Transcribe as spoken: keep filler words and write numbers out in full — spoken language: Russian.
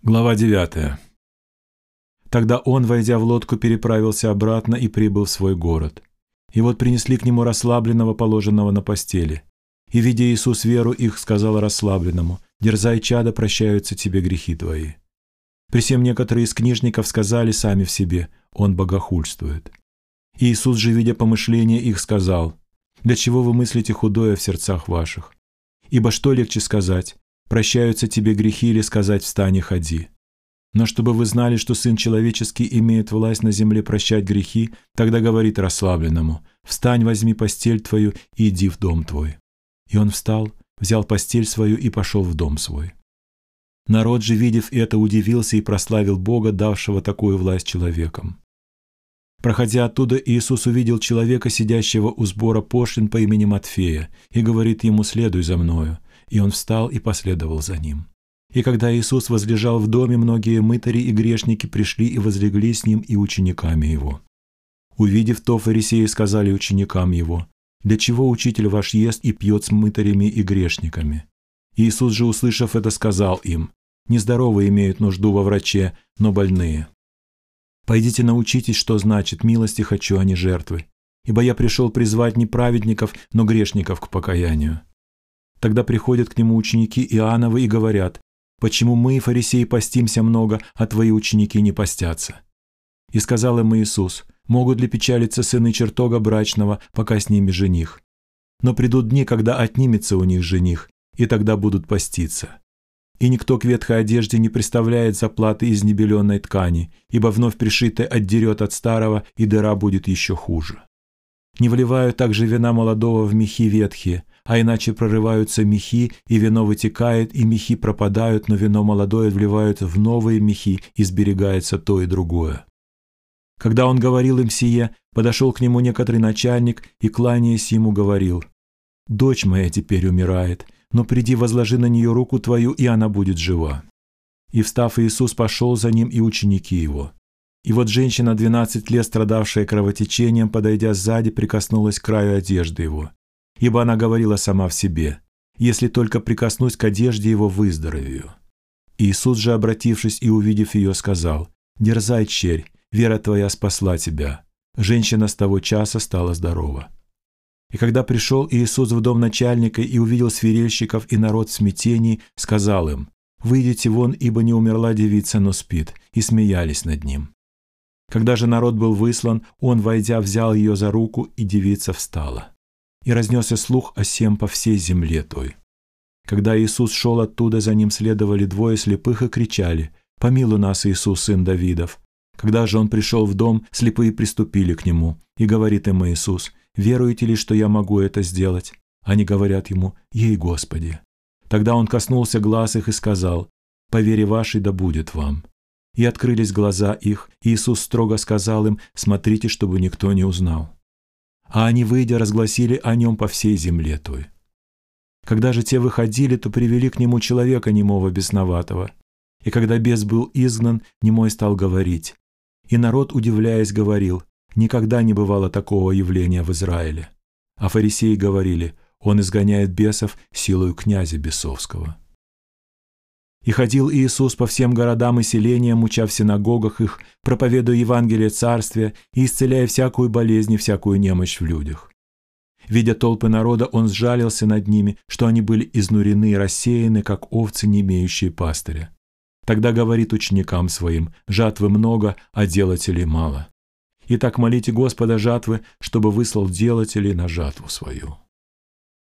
Глава девятая. Тогда он, войдя в лодку, переправился обратно и прибыл в свой город. И вот принесли к нему расслабленного, положенного на постели. И, видя Иисус веру их, сказал расслабленному: «Дерзай, чадо, прощаются тебе грехи твои». При сем некоторые из книжников сказали сами в себе: «Он богохульствует». И Иисус же, видя помышления их, сказал: «Для чего вы мыслите худое в сердцах ваших? Ибо что легче сказать: прощаются тебе грехи, или сказать: встань и ходи? Но чтобы вы знали, что Сын Человеческий имеет власть на земле прощать грехи, тогда говорит расслабленному: встань, возьми постель твою и иди в дом твой». И он встал, взял постель свою и пошел в дом свой. Народ же, видев это, удивился и прославил Бога, давшего такую власть человекам. Проходя оттуда, Иисус увидел человека, сидящего у сбора пошлин по имени Матфея, и говорит ему: «Следуй за мною». И он встал и последовал за ним. И когда Иисус возлежал в доме, многие мытари и грешники пришли и возлегли с ним и учениками его. Увидев то, фарисеи сказали ученикам его: «Для чего учитель ваш ест и пьет с мытарями и грешниками?» Иисус же, услышав это, сказал им: «Нездоровые имеют нужду во враче, но больные. Пойдите научитесь, что значит: милости хочу, а не жертвы. Ибо я пришел призвать не праведников, но грешников к покаянию». Тогда приходят к нему ученики Иоанновы и говорят: «Почему мы, фарисеи, постимся много, а твои ученики не постятся?» И сказал им Иисус: «Могут ли печалиться сыны чертога брачного, пока с ними жених? Но придут дни, когда отнимется у них жених, и тогда будут поститься. И никто к ветхой одежде не приставляет заплаты из небеленной ткани, ибо вновь пришитое отдерет от старого, и дыра будет еще хуже. Не вливают также вина молодого в мехи ветхие, а иначе прорываются мехи, и вино вытекает, и мехи пропадают, но вино молодое вливают в новые мехи, и сберегается то и другое». Когда он говорил им сие, подошел к нему некоторый начальник и, кланяясь ему, говорил: «Дочь моя теперь умирает, но приди, возложи на нее руку твою, и она будет жива». И, встав, Иисус пошел за ним и ученики его. И вот женщина, двенадцать лет страдавшая кровотечением, подойдя сзади, прикоснулась к краю одежды его. Ибо она говорила сама в себе: «Если только прикоснусь к одежде его, выздоровею». Иисус же, обратившись и увидев ее, сказал: «Дерзай, черь, вера твоя спасла тебя». Женщина с того часа стала здорова. И когда пришел Иисус в дом начальника и увидел свирельщиков и народ в смятении, сказал им: «Выйдите вон, ибо не умерла девица, но спит», и смеялись над ним. Когда же народ был выслан, он, войдя, взял ее за руку, и девица встала. И разнесся слух о сем по всей земле той. Когда Иисус шел оттуда, за ним следовали двое слепых и кричали: «Помилуй нас, Иисус, сын Давидов». Когда же он пришел в дом, слепые приступили к нему, и говорит им Иисус: «Веруете ли, что я могу это сделать?» Они говорят ему: «Ей, Господи». Тогда он коснулся глаз их и сказал: «По вере вашей да будет вам». И открылись глаза их, и Иисус строго сказал им: «Смотрите, чтобы никто не узнал». А они, выйдя, разгласили о нем по всей земле той. Когда же те выходили, то привели к нему человека немого бесноватого. И когда бес был изгнан, немой стал говорить. И народ, удивляясь, говорил: «Никогда не бывало такого явления в Израиле». А фарисеи говорили: «Он изгоняет бесов силою князя бесовского». И ходил Иисус по всем городам и селениям, уча в синагогах их, проповедуя Евангелие Царствия и исцеляя всякую болезнь и всякую немощь в людях. Видя толпы народа, он сжалился над ними, что они были изнурены и рассеяны, как овцы, не имеющие пастыря. Тогда говорит ученикам своим: «Жатвы много, а делателей мало. Итак, молите Господа жатвы, чтобы выслал делателей на жатву свою».